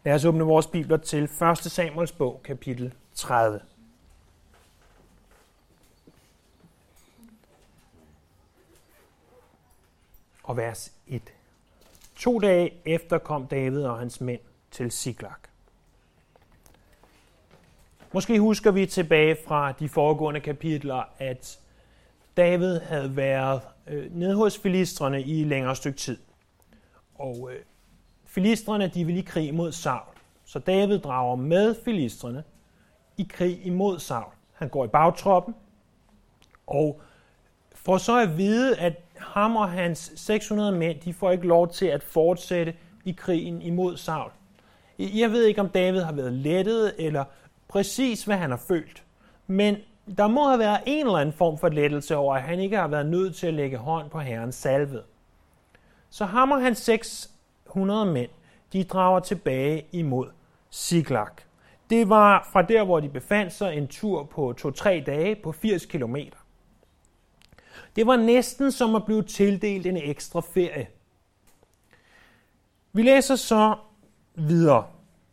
Lad os åbne vores bibler til 1. Samuels bog, kapitel 30. Og vers 1. 2 dage efter kom David og hans mænd til Siklag. Måske husker vi tilbage fra de foregående kapitler, at David havde været nede hos filistrene i et længere stykke tid. Og filistrene, de ville i krig mod Saul. Så David drager med filistrene i krig imod Saul. Han går i bagtroppen og får så at vide, at ham og hans 600 mænd, de får ikke lov til at fortsætte i krigen imod Saul. Jeg ved ikke, om David har været lettet, eller præcis, hvad han har følt. Men der må have været en eller anden form for lettelse over, at han ikke har været nødt til at lægge hånd på Herrens salvede. Så ham og hans 600 mænd, de drager tilbage imod Siklag. Det var fra der, hvor de befandt sig, en tur på 2-3 dage på 80 kilometer. Det var næsten som at blive tildelt en ekstra ferie. Vi læser så videre.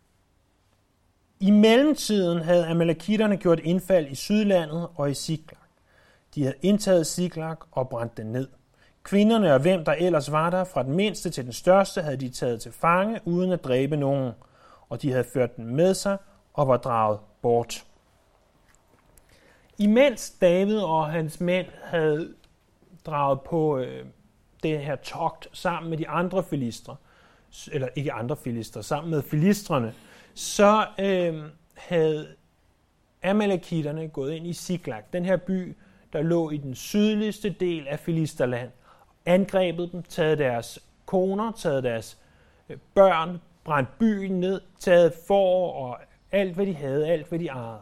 I mellemtiden havde amalekitterne gjort indfald i Sydlandet og i Siklag. De havde indtaget Siklag og brændt den ned. Kvinderne og hvem der ellers var der, fra den mindste til den største, havde de taget til fange uden at dræbe nogen, og de havde ført dem med sig og var draget bort. Imens David og hans mænd havde draget på det her togt sammen med de andre filistre, eller ikke andre filistre, sammen med filistrene, så havde amalekitterne gået ind i Siklag, den her by, der lå i den sydligste del af filisterland, angrebet dem, taget deres koner, taget deres børn, brændt byen ned, taget får og alt, hvad de havde, alt, hvad de ejede.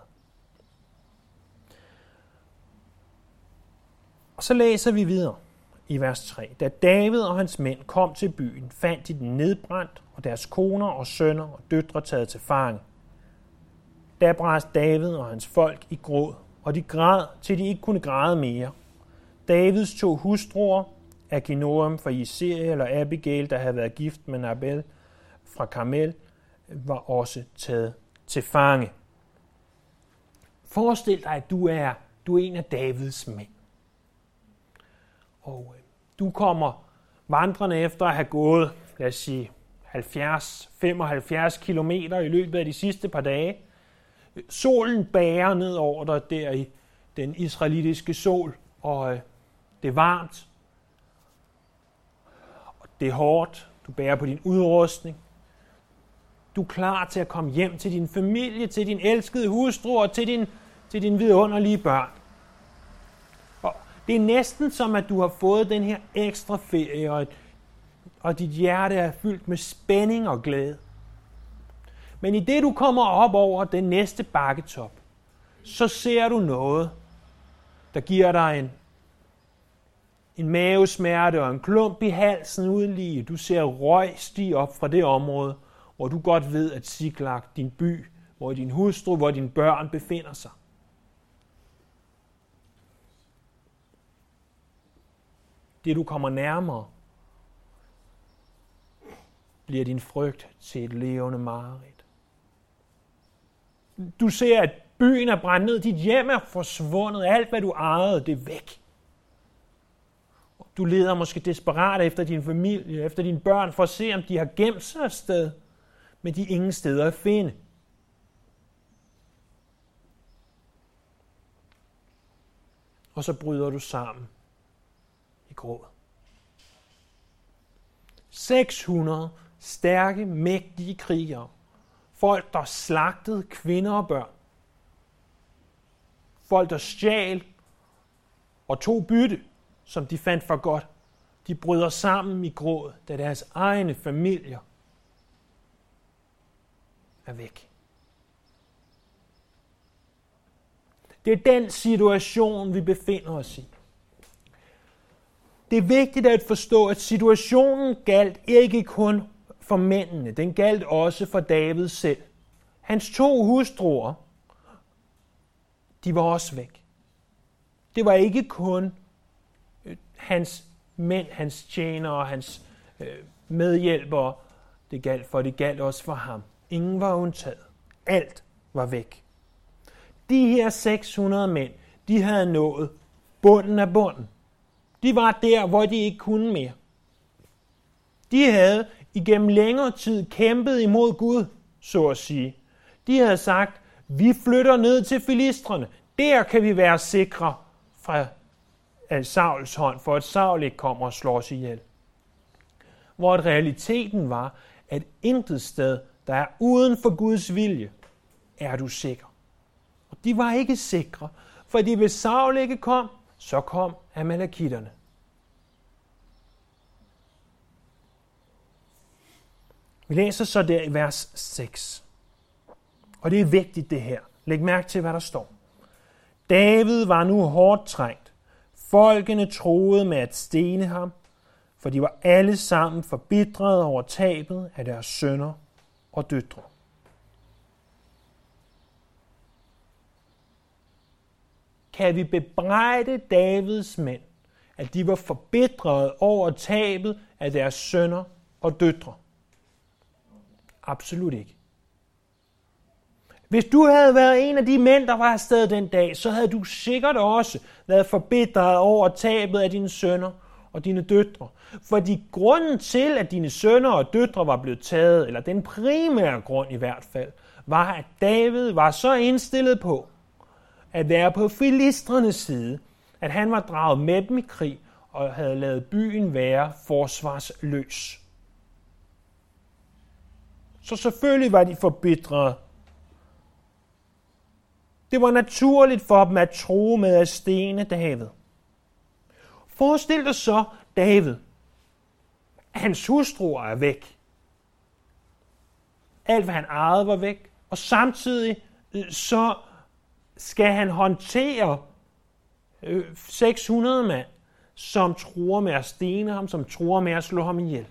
Og så læser vi videre i vers 3. Da David og hans mænd kom til byen, fandt de den nedbrændt, og deres koner og sønner og døtre taget til fange. Da brast David og hans folk i gråd, og de græd, til de ikke kunne græde mere. Davids 2 hustruer, Ahinoam fra Jezreel og Abigail, der havde været gift med Nabal fra Karmel, var også taget til fange. Forestil dig, at du er en af Davids mænd. Og du kommer vandrende efter at have gået, lad os sige, 70-75 kilometer i løbet af de sidste par dage. Solen bærer ned over dig der i den israelitiske sol, og det er varmt, og det er hårdt. Du bærer på din udrustning. Du er klar til at komme hjem til din familie, til din elskede hustru og til din vidunderlige børn. Og det er næsten som, at du har fået den her ekstra ferie, og dit hjerte er fyldt med spænding og glæde. Men i det du kommer op over den næste bakketop, så ser du noget, der giver dig en mavesmerte og en klump i halsen uden lige. Du ser røg stige op fra det område, hvor du godt ved, at Siklag, din by, hvor din hustru, hvor dine børn befinder sig. Det du kommer nærmere, bliver din frygt til et levende mareridt. Du ser, at byen er brændt ned, dit hjem er forsvundet, alt hvad du ejede, det er væk. Du leder måske desperat efter din familie, efter dine børn, for at se, om de har gemt sig et sted, men de er ingen steder at finde. Og så bryder du sammen i gråd. 600 stærke, mægtige krigere. Folk, der slagtede kvinder og børn. Folk, der stjal og tog bytte, som de fandt for godt. De bryder sammen i gråd, da deres egne familier er væk. Det er den situation, vi befinder os i. Det er vigtigt at forstå, at situationen galt ikke kun for mændene. Den galt også for David selv. Hans 2 hustruer, de var også væk. Det var ikke kun hans mænd, hans tjenere og hans medhjælpere, det galt også for ham. Ingen var undtaget. Alt var væk. De her 600 mænd, de havde nået bunden af bunden. De var der, hvor de ikke kunne mere. De havde igennem længere tid kæmpet imod Gud, så at sige. De havde sagt, vi flytter ned til filistrene. Der kan vi være sikre fra Sauls hånd, for at Saul ikke kommer og slår os ihjel. Hvor realiteten var, at intet sted, der er uden for Guds vilje, er du sikker. Og de var ikke sikre, fordi hvis Saul ikke kom, så kom amalekitterne. Vi læser så der i vers 6. Og det er vigtigt det her. Læg mærke til, hvad der står. David var nu hårdt trængt. Folkene troede med at stene ham, for de var alle sammen forbitrede over tabet af deres sønner og døtre. Kan vi bebrejde Davids mænd, at de var forbitrede over tabet af deres sønner og døtre? Absolut ikke. Hvis du havde været en af de mænd, der var afsted den dag, så havde du sikkert også været forbitret over tabet af dine sønner og dine døtre. Fordi grunden til, at dine sønner og døtre var blevet taget, eller den primære grund i hvert fald, var, at David var så indstillet på at være på filistrenes side, at han var draget med dem i krig og havde lavet byen være forsvarsløs. Så selvfølgelig var de forbitrede. Det var naturligt for dem at true med at stene David. Forestil dig så David. Hans hustruer er væk. Alt hvad han ejede var væk. Og samtidig så skal han håndtere 600 mand, som truer med at stene ham, som truer med at slå ham ihjel.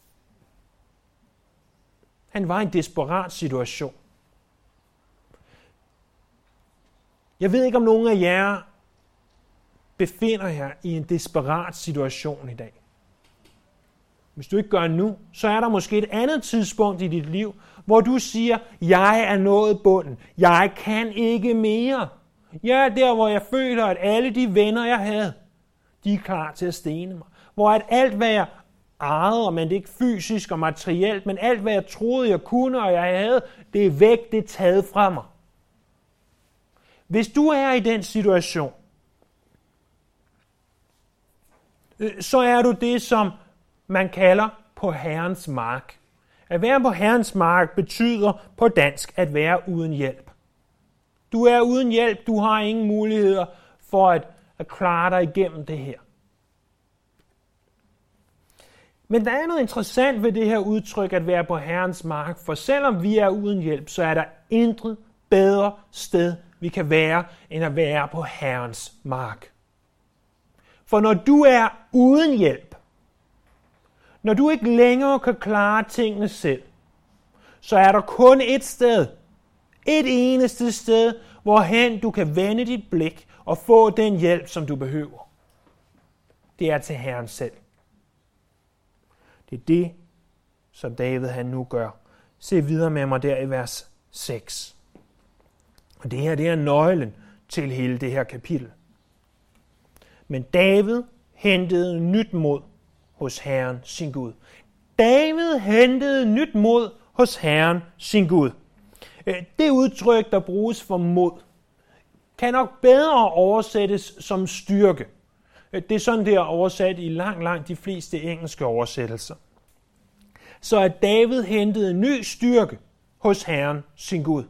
Han var i en desperat situation. Jeg ved ikke, om nogen af jer befinder jer i en desperat situation i dag. Hvis du ikke gør nu, så er der måske et andet tidspunkt i dit liv, hvor du siger, jeg er nået bunden. Jeg kan ikke mere. Jeg er der, hvor jeg føler, at alle de venner, jeg havde, de er klar til at stene mig. Hvor at alt, hvad jeg ejede, men det er ikke fysisk og materielt, men alt, hvad jeg troede, jeg kunne og jeg havde, det er væk, det er taget fra mig. Hvis du er i den situation, så er du det, som man kalder på Herrens mark. At være på Herrens mark betyder på dansk at være uden hjælp. Du er uden hjælp, du har ingen muligheder for at klare dig igennem det her. Men der er noget interessant ved det her udtryk at være på Herrens mark, for selvom vi er uden hjælp, så er der intet bedre sted, vi kan være, end at være på Herrens mark. For når du er uden hjælp, når du ikke længere kan klare tingene selv, så er der kun et sted, et eneste sted, hvorhen du kan vende dit blik og få den hjælp, som du behøver. Det er til Herren selv. Det er det, som David han nu gør. Se videre med mig der i vers 6. Og det her, det er nøglen til hele det her kapitel. Men David hentede nyt mod hos Herren sin Gud. David hentede nyt mod hos Herren sin Gud. Det udtryk, der bruges for mod, kan nok bedre oversættes som styrke. Det er sådan, det er oversat i langt de fleste engelske oversættelser. Så at David hentede ny styrke hos Herren sin Gud.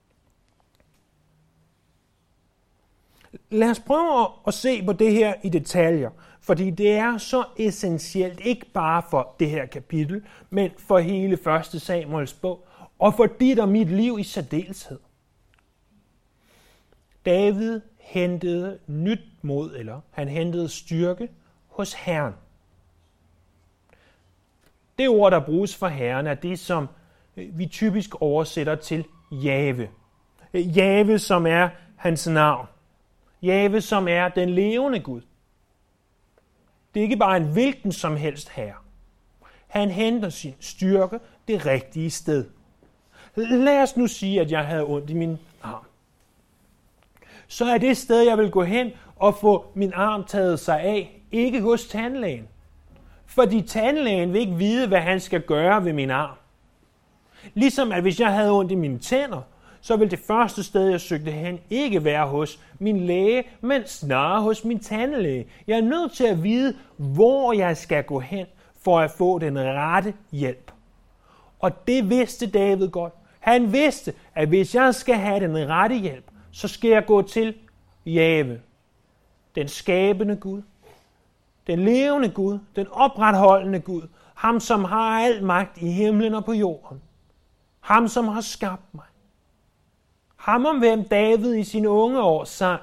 Lad os prøve at se på det her i detaljer, fordi det er så essentielt, ikke bare for det her kapitel, men for hele 1. Samuels bog, og for dit og mit liv i særdeleshed. David hentede nyt mod, eller han hentede styrke hos Herren. Det ord, der bruges for Herren, er det, som vi typisk oversætter til Jahve. Jahve, som er hans navn. Jahve, som er den levende Gud. Det er ikke bare en hvilken som helst herre. Han henter sin styrke det rigtige sted. Lad os nu sige, at jeg havde ondt i min arm. Så er det sted, jeg vil gå hen og få min arm taget sig af, ikke hos tandlægen. Fordi tandlægen vil ikke vide, hvad han skal gøre ved min arm. Ligesom at hvis jeg havde ondt i mine tænder, så ville det første sted, jeg søgte hen, ikke være hos min læge, men snarere hos min tandlæge. Jeg er nødt til at vide, hvor jeg skal gå hen for at få den rette hjælp. Og det vidste David godt. Han vidste, at hvis jeg skal have den rette hjælp, så skal jeg gå til Jahve, den skabende Gud, den levende Gud, den opretholdende Gud, ham som har al magt i himlen og på jorden, ham som har skabt mig, ham om hvem David i sine unge år sang,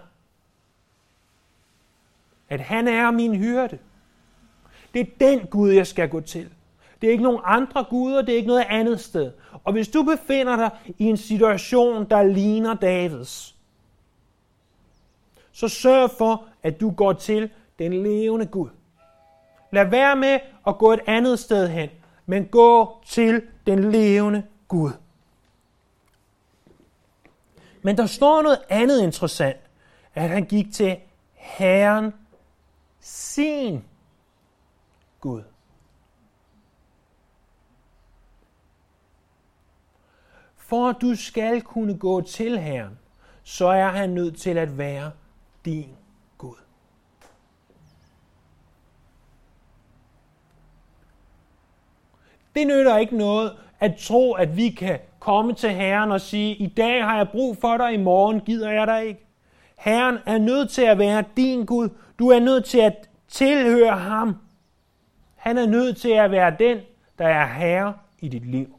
at han er min hyrde. Det er den Gud, jeg skal gå til. Det er ikke nogen andre guder, det er ikke noget andet sted. Og hvis du befinder dig i en situation, der ligner Davids, så sørg for, at du går til den levende Gud. Lad være med at gå et andet sted hen, men gå til den levende Gud. Men der står noget andet interessant, at han gik til Herren, sin Gud. For at du skal kunne gå til Herren, så er han nødt til at være din Gud. Det nytter ikke noget at tro, at vi kan komme til Herren og sige, i dag har jeg brug for dig, i morgen gider jeg dig ikke. Herren er nødt til at være din Gud. Du er nødt til at tilhøre ham. Han er nødt til at være den, der er herre i dit liv.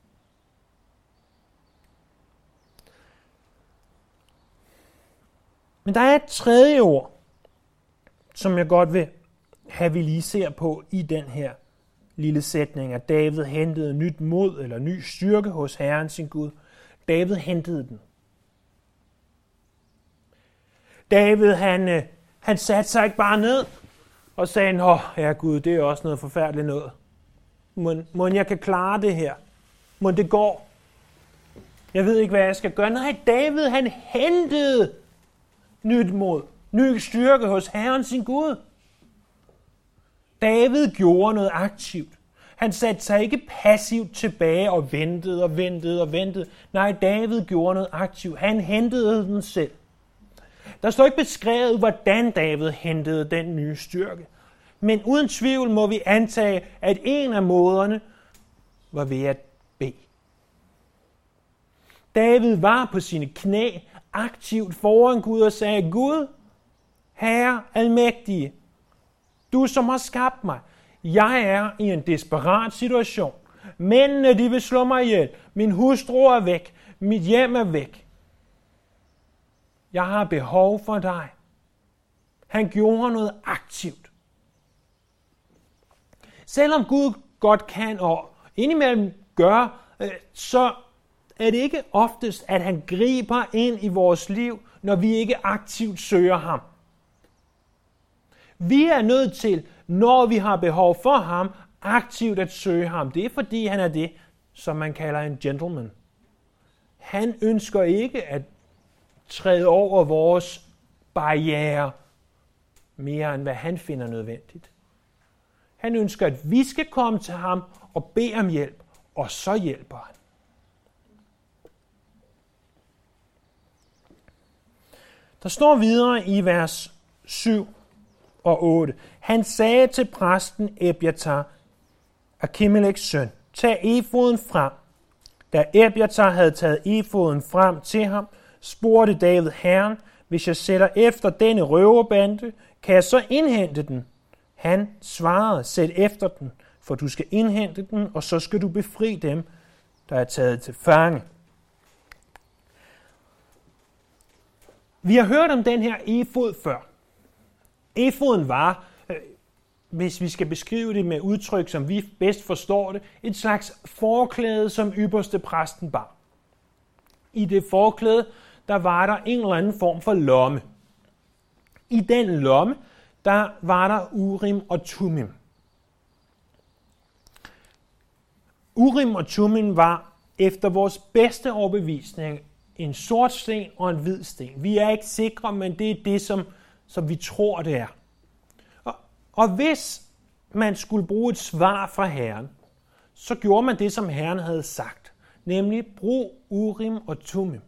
Men der er et tredje ord, som jeg godt vil have, vi lige ser på i den her lille sætning, at David hentede nyt mod eller ny styrke hos Herren sin Gud. David hentede den. David, han satte sig ikke bare ned og sagde, ja Gud, det er også noget forfærdeligt noget. Må jeg kan klare det her? Må det går? Jeg ved ikke, hvad jeg skal gøre. Nej, David, han hentede nyt mod, ny styrke hos Herren sin Gud. David gjorde noget aktivt. Han satte sig ikke passivt tilbage og ventede og ventede og ventede. Nej, David gjorde noget aktivt. Han hentede den selv. Der står ikke beskrevet, hvordan David hentede den nye styrke. Men uden tvivl må vi antage, at en af måderne var ved at bede. David var på sine knæ aktivt foran Gud og sagde, Gud, Herre almægtige, du som har skabt mig, jeg er i en desperat situation. Mændene, de vil slå mig ihjel. Min hustru er væk. Mit hjem er væk. Jeg har behov for dig. Han gjorde noget aktivt. Selvom Gud godt kan og indimellem gør, så er det ikke oftest, at han griber ind i vores liv, når vi ikke aktivt søger ham. Vi er nødt til, når vi har behov for ham, aktivt at søge ham. Det er fordi han er det, som man kalder en gentleman. Han ønsker ikke at træde over vores barriere mere end hvad han finder nødvendigt. Han ønsker, at vi skal komme til ham og bede om hjælp, og så hjælper han. Der står videre i vers 7 og 8. Han sagde til præsten Ebjatar, Akimeleks søn, tag efoden frem. Da Ebjatar havde taget efoden frem til ham, spurgte David Herren, hvis jeg sætter efter denne røverbande, kan jeg så indhente den? Han svarede, sæt efter den, for du skal indhente den, og så skal du befri dem, der er taget til fange. Vi har hørt om den her efod før. Efoden var, hvis vi skal beskrive det med udtryk, som vi bedst forstår det, et slags forklæde, som ypperste præsten bar. I det forklæde, der var der en eller anden form for lomme. I den lomme, der var der Urim og Tumim. Urim og Tumim var efter vores bedste overbevisning en sort sten og en hvid sten. Vi er ikke sikre, men det er det, som vi tror, det er. Og hvis man skulle bruge et svar fra Herren, så gjorde man det, som Herren havde sagt, nemlig brug Urim og Tumim.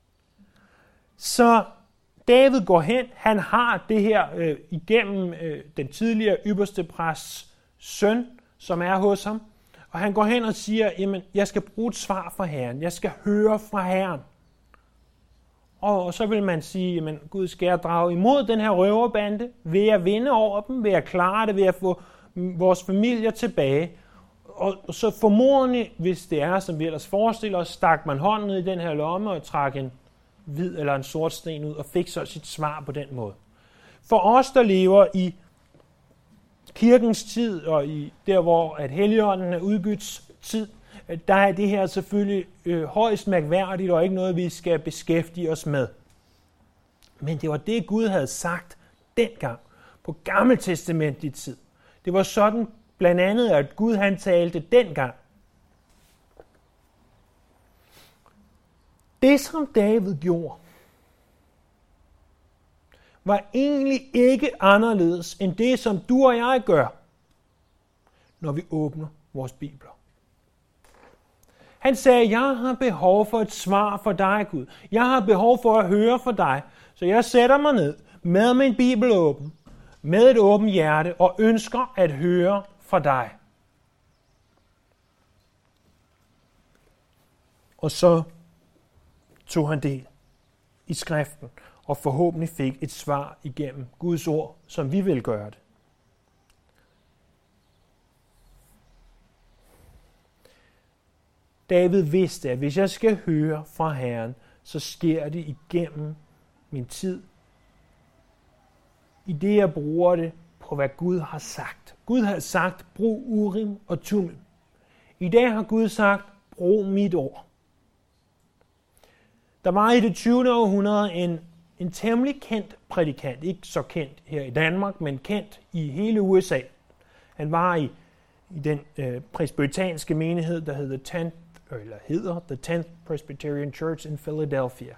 Så David går hen, han har det her igennem den tidligere ypperste præsts søn, som er hos ham, og han går hen og siger, jamen, jeg skal bruge et svar fra Herren, jeg skal høre fra Herren. Og så vil man sige, jamen, Gud, skal jeg drage imod den her røverbande? Vil jeg vinde over dem? Vil jeg klare det? Vil jeg få vores familier tilbage? Og så formodentlig, hvis det er, som vi ellers forestiller os, stak man hånden ned i den her lomme og trak en hvid eller en sort sten ud og fik så sit svar på den måde. For os, der lever i kirkens tid og i der, hvor at Helligånden er udgydt tid, der er det her selvfølgelig højst mærkværdigt og ikke noget, vi skal beskæftige os med. Men det var det, Gud havde sagt dengang på gammeltestamentlig tid. Det var sådan blandt andet, at Gud han talte dengang. Det, som David gjorde, var egentlig ikke anderledes end det, som du og jeg gør, når vi åbner vores bibler. Han sagde, jeg har behov for et svar fra dig, Gud. Jeg har behov for at høre fra dig. Så jeg sætter mig ned med min bibel åben, med et åbent hjerte, og ønsker at høre fra dig. Og så tog han del i skriften, og forhåbentlig fik et svar igennem Guds ord, som vi vil gøre det. David vidste, at hvis jeg skal høre fra Herren, så sker det igennem min tid. I det, jeg bruger det på, hvad Gud har sagt. Gud har sagt, brug Urim og Tumim. I dag har Gud sagt, brug mit ord. Der var i det 20. århundrede en temmelig kendt prædikant, ikke så kendt her i Danmark, men kendt i hele USA. Han var i den presbyterianske menighed, der hedder The 10th Presbyterian Church in Philadelphia.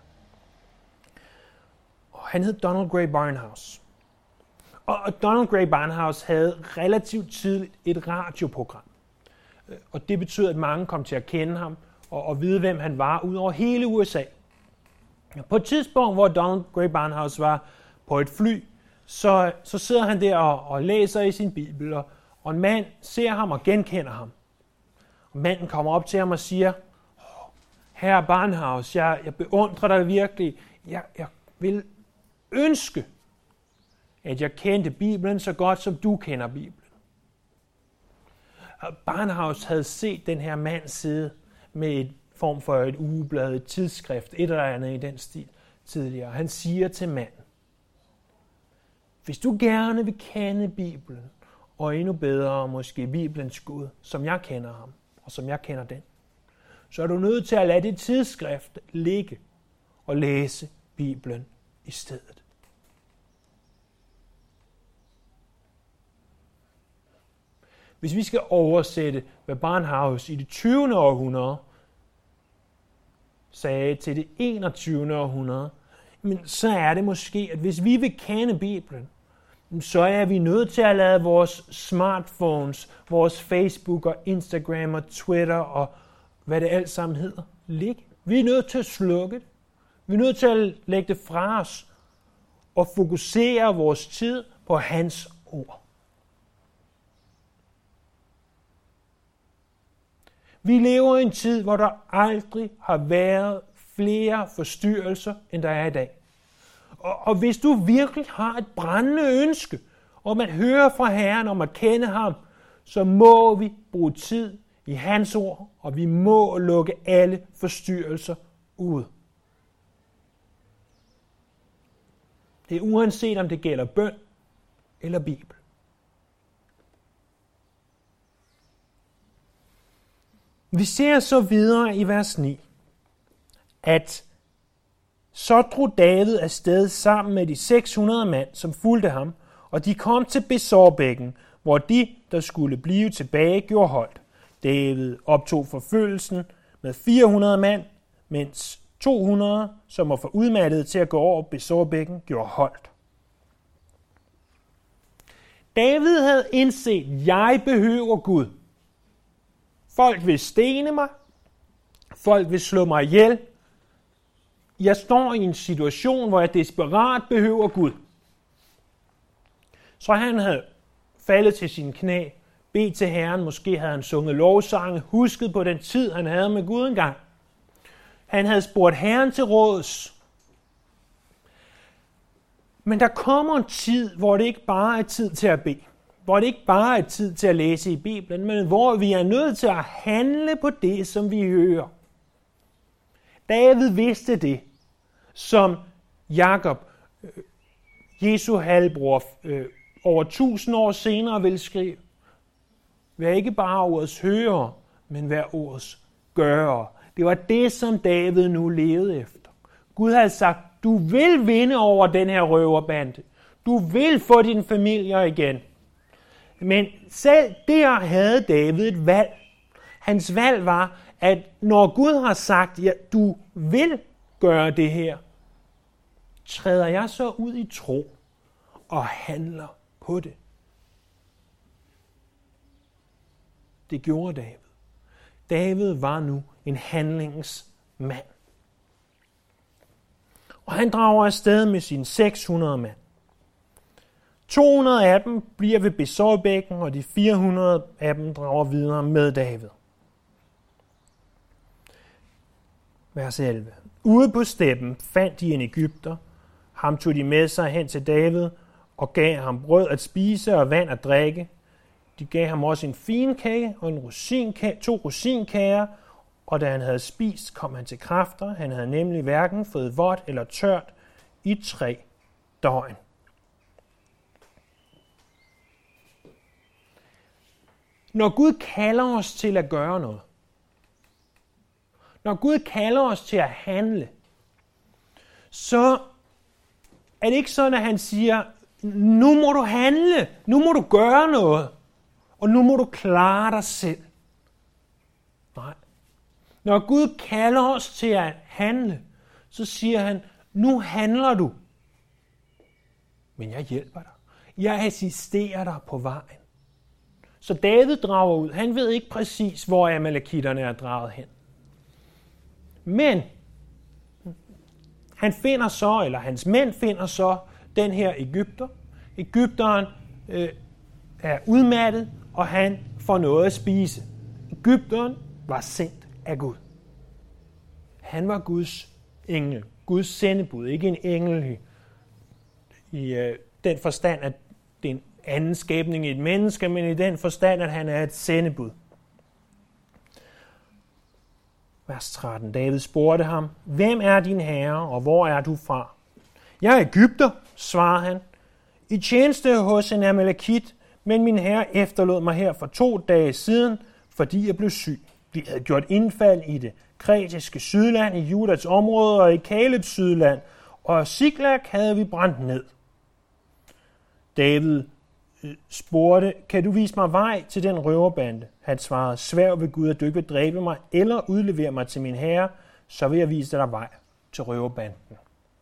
Og han hed Donald Grey Barnhouse. Og Donald Grey Barnhouse havde relativt tidligt et radioprogram. Og det betød, at mange kom til at kende ham og vide, hvem han var, ud over hele USA. På et tidspunkt, hvor Donald Grey Barnhouse var på et fly, så sidder han der og læser i sin bibel, og en mand ser ham og genkender ham. Og manden kommer op til ham og siger, Herre Barnhouse, jeg beundrer dig virkelig. Jeg vil ønske, at jeg kendte Bibelen så godt, som du kender Bibelen. Barnhouse havde set den her mand sidde med et form for et ugeblad, et tidsskrift, et eller andet i den stil tidligere. Han siger til manden, hvis du gerne vil kende Bibelen, og endnu bedre måske Bibelens Gud, som jeg kender ham, og som jeg kender den, så er du nødt til at lade det tidsskrift ligge og læse Bibelen i stedet. Hvis vi skal oversætte, hvad Barnhouse i det 20. århundrede sagde til det 21. århundrede, men så er det måske, at hvis vi vil kende Bibelen, så er vi nødt til at lade vores smartphones, vores Facebook og Instagram og Twitter og hvad det alt sammen hedder, ligge. Vi er nødt til at slukke det. Vi er nødt til at lægge det fra os og fokusere vores tid på hans ord. Vi lever i en tid, hvor der aldrig har været flere forstyrrelser, end der er i dag. Og hvis du virkelig har et brændende ønske om at høre fra Herren, om at kende ham, så må vi bruge tid i hans ord, og vi må lukke alle forstyrrelser ud. Det er uanset om det gælder bøn eller Bibel. Vi ser så videre i vers 9, at så drog David afsted sammen med de 600 mand, som fulgte ham, og de kom til Besorbækken, hvor de, der skulle blive tilbage, gjorde holdt. David optog forfølgelsen med 400 mand, mens 200, som var for udmattet til at gå over Besorabækken, gjorde holdt. David havde indset, jeg behøver Gud. Folk vil stene mig. Folk vil slå mig ihjel. Jeg står i en situation, hvor jeg desperat behøver Gud. Så han havde faldet til sine knæ, bedt til Herren, måske havde han sunget lovsange, husket på den tid, han havde med Gud engang. Han havde spurgt Herren til råds. Men der kommer en tid, hvor det ikke bare er tid til at bede. Hvor det ikke bare er tid til at læse i Bibelen, men hvor vi er nødt til at handle på det, som vi hører. David vidste det, som Jakob, Jesu halvbror, over 1000 år senere vil skrive. Vær ikke bare ordets hører, men vær ordets gører. Det var det, som David nu levede efter. Gud havde sagt, du vil vinde over den her røverbande. Du vil få din familie igen. Men selv der havde David et valg. Hans valg var, at når Gud har sagt, ja, du vil gøre det her, træder jeg så ud i tro og handler på det. Det gjorde David. David var nu en handlingens mand. Og han drager afsted med sine 600 mand. 200 af dem bliver ved Besorabækken, og de 400 af dem drager videre med David. Vers 11. Ude på steppen fandt de en egypter. Ham tog de med sig hen til David og gav ham brød at spise og vand at drikke. De gav ham også en finkage og en 2 rosinkager, og da han havde spist, kom han til kræfter. Han havde nemlig hverken fået vådt eller tørt i 3 døgn. Når Gud kalder os til at gøre noget, når Gud kalder os til at handle, så er det ikke sådan, at han siger, nu må du handle, nu må du gøre noget, og nu må du klare dig selv. Nej. Når Gud kalder os til at handle, så siger han, nu handler du, men jeg hjælper dig. Jeg assisterer dig på vejen. Så David drager ud. Han ved ikke præcis, hvor amalekitterne er draget hen. Men han finder så, eller hans mænd finder så den her egypter. Egypteren er udmattet, og han får noget at spise. Egypteren var sendt af Gud. Han var Guds engel, Guds sendebud, ikke en engel i den forstand, at det er en anden skabning i et menneske, men i den forstand, at han er et sendebud. Vers 13. David spurgte ham, hvem er din herre, og hvor er du fra? Jeg er egypter, svarede han, i tjeneste hos en amalekit, men min herre efterlod mig her for 2 dage siden, fordi jeg blev syg. Vi havde gjort indfald i det kretiske sydland, i Judas område og i Kalebs sydland, og Siklag havde vi brændt ned. David spurgte, kan du vise mig vej til den røverbande? Han svarede, sværg ved Gud, at du ikke vil dræbe mig eller udlevere mig til min herre, så vil jeg vise dig vej til røverbanden.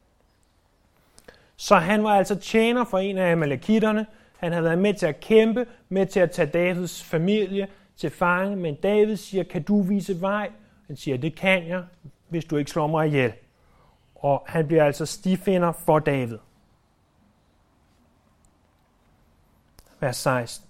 Så han var altså tjener for en af amalekitterne. Han havde været med til at kæmpe, med til at tage Davids familie til fange, men David siger, kan du vise vej? Han siger, det kan jeg, hvis du ikke slår mig ihjel. Og han bliver altså stifinder for David. Vers 16.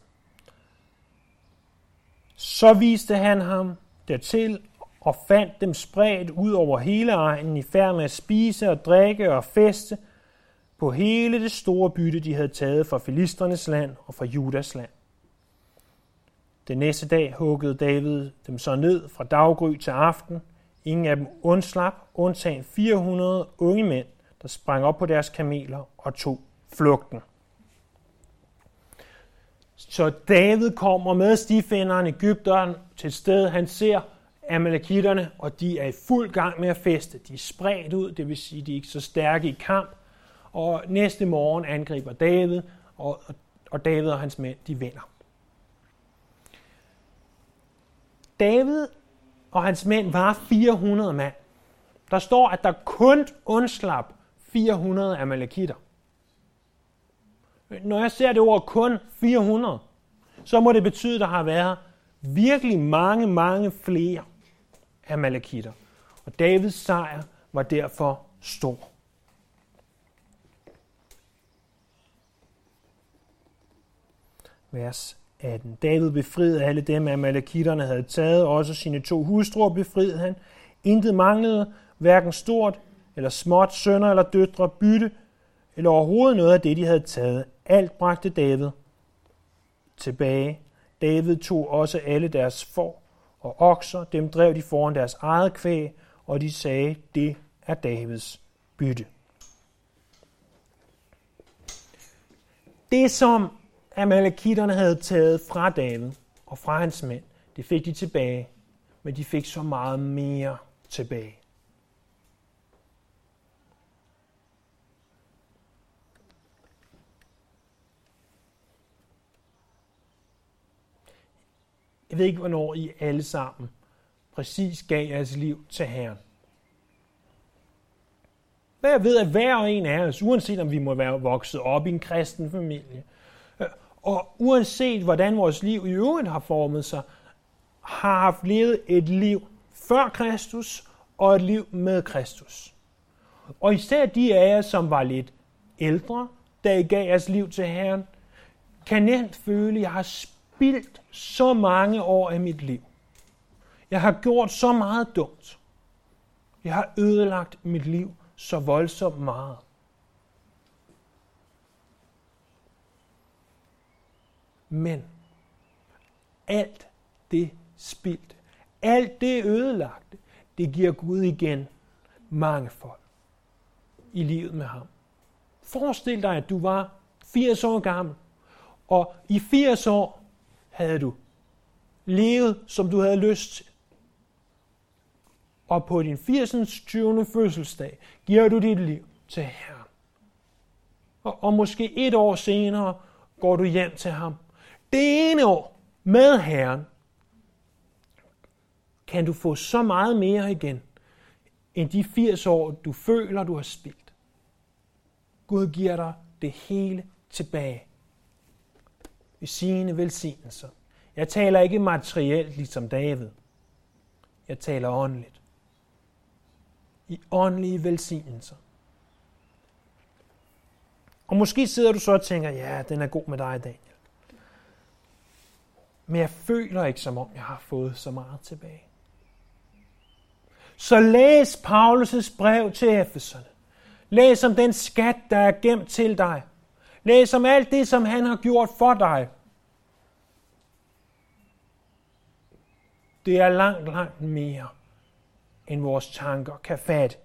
Så viste han ham dertil og fandt dem spredt ud over hele egnen i færd med at spise og drikke og feste på hele det store bytte, de havde taget fra filistrenes land og fra Judas land. Den næste dag huggede David dem så ned fra daggry til aften. Ingen af dem undslap, undtagen 400 unge mænd, der sprang op på deres kameler og tog flugten. Så David kommer med stifinderen Egypteren til et sted. Han ser amalekitterne, og de er i fuld gang med at feste. De er spredt ud, det vil sige, de er ikke så stærke i kamp. Og næste morgen angriber David, og David og hans mænd, de vinder. David og hans mænd var 400 mand. Der står, at der kun undslap 400 amalekitter. Når jeg ser det ord kun 400, så må det betyde, at der har været virkelig mange flere amalekitter. Og Davids sejr var derfor stor. Vers 18. David befriede alle dem, amalekitterne havde taget, også sine 2 hustruer befriede han. Intet manglede, hverken stort eller småt, sønner eller døtre, bytte, eller overhovedet noget af det, de havde taget. Alt bragte David tilbage. David tog også alle deres får og okser, dem drev de foran deres eget kvæg, og de sagde, det er Davids bytte. Det, som amalekitterne havde taget fra David og fra hans mænd, det fik de tilbage, men de fik så meget mere tilbage. Jeg ved ikke, hvornår I alle sammen præcis gav jeres liv til Herren. Men jeg ved, at hver og en af os, uanset om vi må være vokset op i en kristen familie, og uanset hvordan vores liv i øvrigt har formet sig, har haft levet et liv før Kristus og et liv med Kristus. Og især de af jer, som var lidt ældre, da I gav jeres liv til Herren, kan nemt føle, at jeg har spildt så mange år af mit liv. Jeg har gjort så meget dumt. Jeg har ødelagt mit liv så voldsomt meget. Men alt det spildte, alt det ødelagte, det giver Gud igen mangefold i livet med ham. Forestil dig, at du var 80 år gammel, og i 80 år havde du levet, som du havde lyst til. Og på din 80. 20. fødselsdag giver du dit liv til Herren. Og måske 1 år senere går du hjem til ham. Det ene år med Herren kan du få så meget mere igen, end de 80 år, du føler, du har spildt. Gud giver dig det hele tilbage i sine velsignelser. Jeg taler ikke materielt ligesom David. Jeg taler åndeligt. I åndelige velsignelser. Og måske sidder du så og tænker, ja, den er god med dig, Daniel. Men jeg føler ikke, som om jeg har fået så meget tilbage. Så læs Paulus' brev til Efeserne. Læs om den skat, der er gemt til dig. Læs om alt det, som han har gjort for dig. Det er langt mere, end vores tanker kan fatte.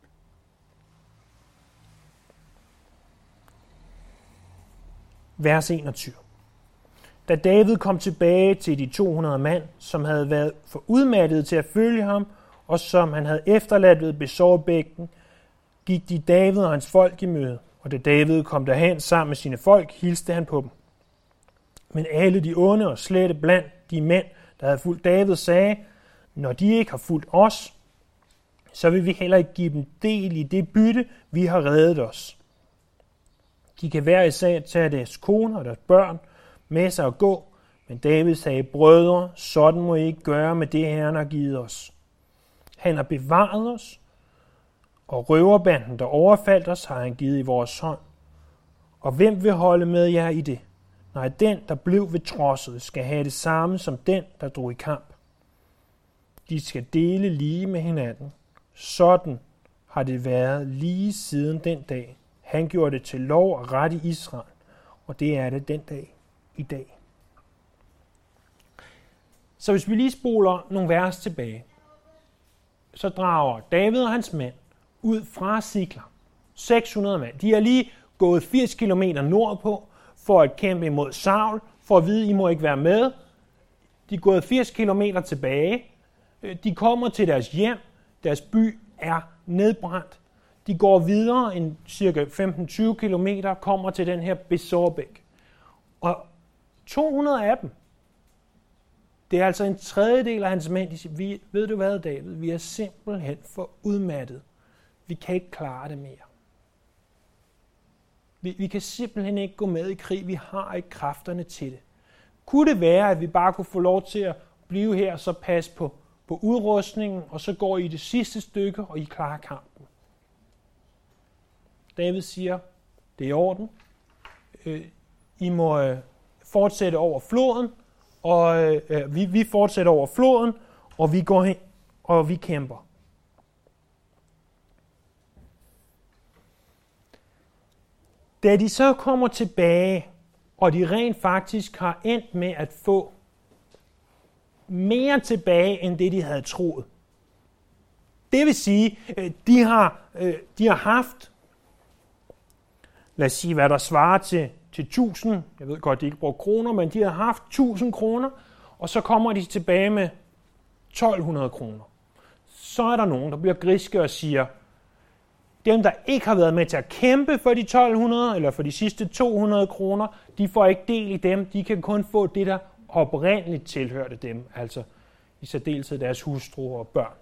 Vers 21. Da David kom tilbage til de 200 mand, som havde været for udmattede til at følge ham, og som han havde efterladt ved Besor-bækken, gik de David og hans folk i møde. Og da David kom derhen sammen med sine folk, hilste han på dem. Men alle de onde og slette blandt de mænd, der havde fulgt David, sagde, når de ikke har fulgt os, så vil vi heller ikke give dem del i det bytte, vi har reddet os. De kan hver især tage deres koner og deres børn med sig og gå, men David sagde, brødre, sådan må I ikke gøre med det, Herren har givet os. Han har bevaret os, og røverbanden, der overfaldt os, har han givet i vores hånd. Og hvem vil holde med jer i det? Nej, den, der blev ved trodset, skal have det samme som den, der drog i kamp. De skal dele lige med hinanden. Sådan har det været lige siden den dag. Han gjorde det til lov og ret i Israel, og det er det den dag i dag. Så hvis vi lige spoler nogle vers tilbage, så drager David og hans mænd ud fra Siklag. 600 mand. De har lige gået 80 km nordpå for at kæmpe imod Saul, for at vide, I må ikke være med. De er gået 80 km tilbage. De kommer til deres hjem. Deres by er nedbrændt. De går videre en cirka 15-20 km, kommer til den her Besorbæk. Og 200 af dem, Det er altså en tredjedel af hans mænd, de siger, ved du hvad, David, vi er simpelthen for udmattet. Vi kan ikke klare det mere. Vi kan simpelthen ikke gå med i krig. Vi har ikke kræfterne til det. Kunne det være, at vi bare kunne få lov til at blive her og så passe på udrustningen, og så går I det sidste stykke, og I klarer kampen? David siger, det er i orden. I må fortsætte over floden, og vi fortsætter over floden, og vi går hen, og vi kæmper. Da de så kommer tilbage, og de rent faktisk har endt med at få mere tilbage, end det de havde troet. Det vil sige, de har haft, lad os sige, hvad der svarer til 1000, jeg ved godt, de ikke bruger kroner, men de har haft 1000 kroner, og så kommer de tilbage med 1200 kroner. Så er der nogen, der bliver griske og siger, dem, der ikke har været med til at kæmpe for de 1200, eller for de sidste 200 kroner, de får ikke del i dem. De kan kun få det, der oprindeligt tilhørte dem, altså i særdeleshed deres hustruer og børn.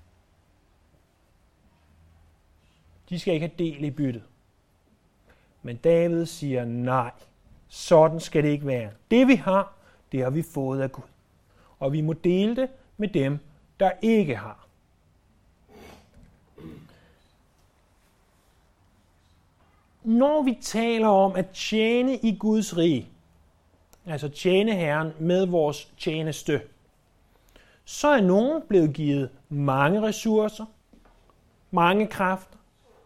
De skal ikke have del i byttet. Men David siger nej, sådan skal det ikke være. Det vi har, det har vi fået af Gud. Og vi må dele det med dem, der ikke har. Når vi taler om at tjene i Guds rige, altså tjene Herren med vores tjeneste, så er nogen blevet givet mange ressourcer, mange kræfter.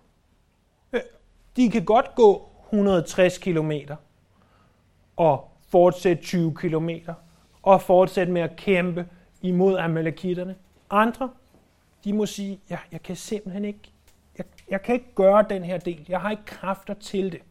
De kan godt gå 160 kilometer og fortsætte 20 kilometer og fortsætte med at kæmpe imod amalekitterne. Andre, de må sige, jeg kan simpelthen ikke, jeg kan ikke gøre den her del. Jeg har ikke kræfter til det.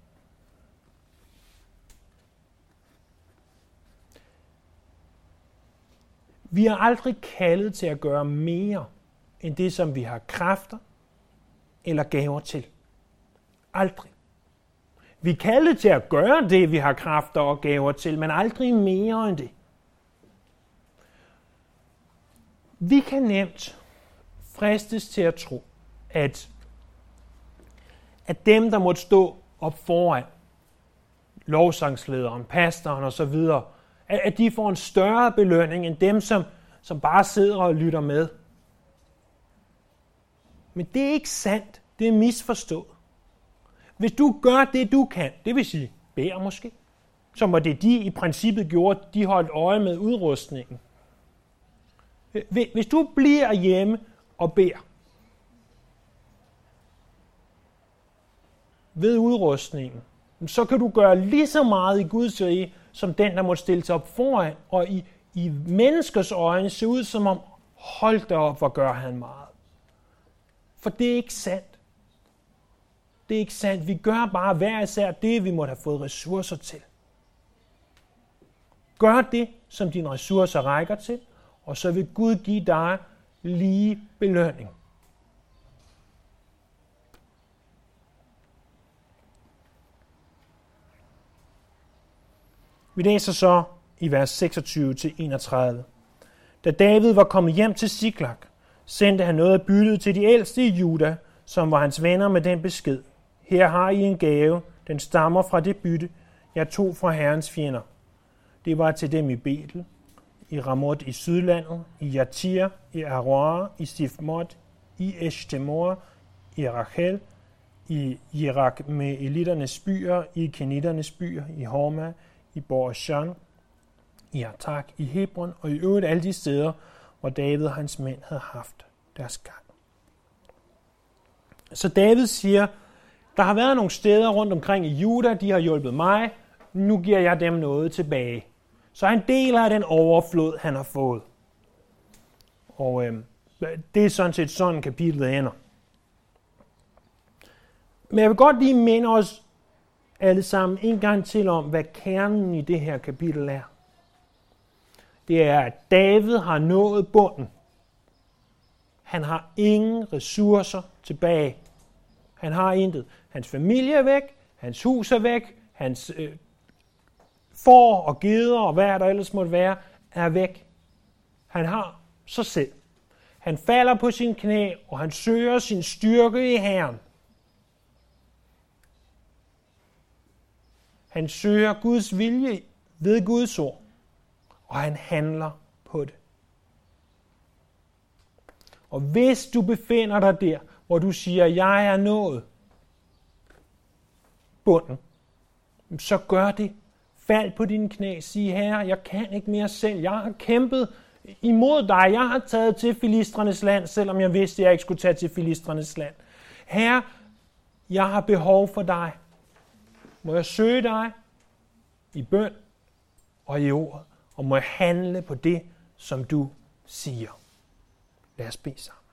Vi er aldrig kaldet til at gøre mere end det, som vi har kræfter eller gaver til. Aldrig. Vi er kaldet til at gøre det, vi har kræfter og gaver til, men aldrig mere end det. Vi kan nemt fristes til at tro, at dem, der måtte stå op foran, lovsangslederen, pastoren osv., at de får en større belønning end dem, som bare sidder og lytter med. Men det er ikke sandt. Det er misforstået. Hvis du gør det, du kan, det vil sige beder måske, som var det, de i princippet gjorde, de holdt øje med udrustningen. Hvis du bliver hjemme og beder ved udrustningen, så kan du gøre lige så meget i Guds rige, som den, der måtte stille sig op foran, og i menneskers øjne se ud som om, hold da op, hvor gør han meget. For det er ikke sandt. Det er ikke sandt. Vi gør bare hver især det, vi måtte have fået ressourcer til. Gør det, som dine ressourcer rækker til, og så vil Gud give dig lige belønning. Vi læser så i vers 26-31. Da David var kommet hjem til Siklag, sendte han noget af byttet til de ældste i Juda, som var hans venner, med den besked: her har I en gave, den stammer fra det bytte, jeg tog fra Herrens fjender. Det var til dem i Betel, i Ramot i Sydlandet, i Jatir, i Aroer, i Sifmot, i Eshtemoa, i Rachel, i Jerak med eliternes byer, i kenitternes byer, i Horma, i Borashan, i Atak, i Hebron og i øvrigt alle de steder, hvor David og hans mænd havde haft deres gang. Så David siger, der har været nogle steder rundt omkring i Juda, de har hjulpet mig, nu giver jeg dem noget tilbage. Så han deler af den overflod, han har fået. Og det er sådan set sådan kapitlet ender. Men jeg vil godt lige minde os alle sammen en gang til om, hvad kernen i det her kapitel er. Det er, at David har nået bunden. Han har ingen ressourcer tilbage. Han har intet. Hans familie er væk, hans hus er væk, hans får og geder og hvad der ellers måtte være, er væk. Han har sig selv. Han falder på sin knæ, og han søger sin styrke i Herren. Han søger Guds vilje ved Guds ord, og han handler på det. Og hvis du befinder dig der, hvor du siger, jeg er nået bunden, så gør det. Fald på dine knæ. Sig, Herre, jeg kan ikke mere selv. Jeg har kæmpet imod dig. Jeg har taget til filistrenes land, selvom jeg vidste, at jeg ikke skulle tage til filistrenes land. Herre, jeg har behov for dig. Må jeg søge dig i bøn og i ordet, og må jeg handle på det, som du siger. Lad os bede sammen.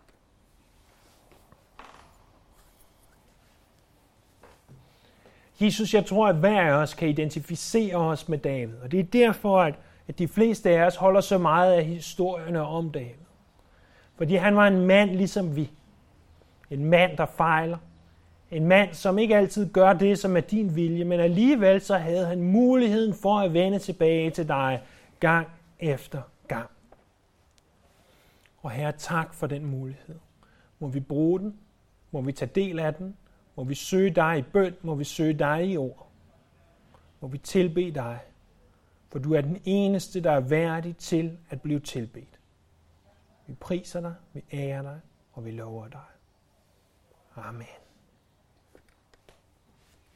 Jesus, jeg tror, at hver af os kan identificere os med David, og det er derfor, at de fleste af os holder så meget af historierne om David. Fordi han var en mand ligesom vi. En mand, der fejler. En mand, som ikke altid gør det, som er din vilje, men alligevel så havde han muligheden for at vende tilbage til dig gang efter gang. Og Herre, tak for den mulighed. Må vi bruge den? Må vi tage del af den? Må vi søge dig i bøn? Må vi søge dig i ord? Må vi tilbede dig? For du er den eneste, der er værdig til at blive tilbedt. Vi priser dig, vi ærer dig, og vi lover dig. Amen.